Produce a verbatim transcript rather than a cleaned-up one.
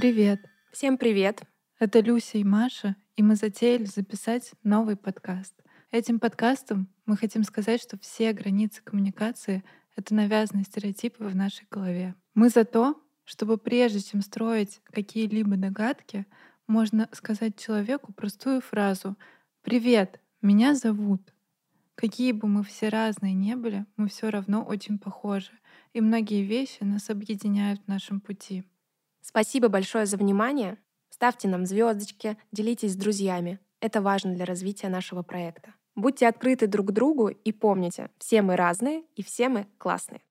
Привет! Всем привет! Это Люся и Маша, и мы затеяли записать новый подкаст. Этим подкастом мы хотим сказать, что все границы коммуникации — это навязанные стереотипы в нашей голове. Мы за то, чтобы прежде чем строить какие-либо догадки, можно сказать человеку простую фразу: «Привет, меня зовут». Какие бы мы все разные не были, мы все равно очень похожи, и многие вещи нас объединяют в нашем пути. Спасибо большое за внимание. Ставьте нам звездочки, делитесь с друзьями. Это важно для развития нашего проекта. Будьте открыты друг к другу и помните, все мы разные и все мы классные.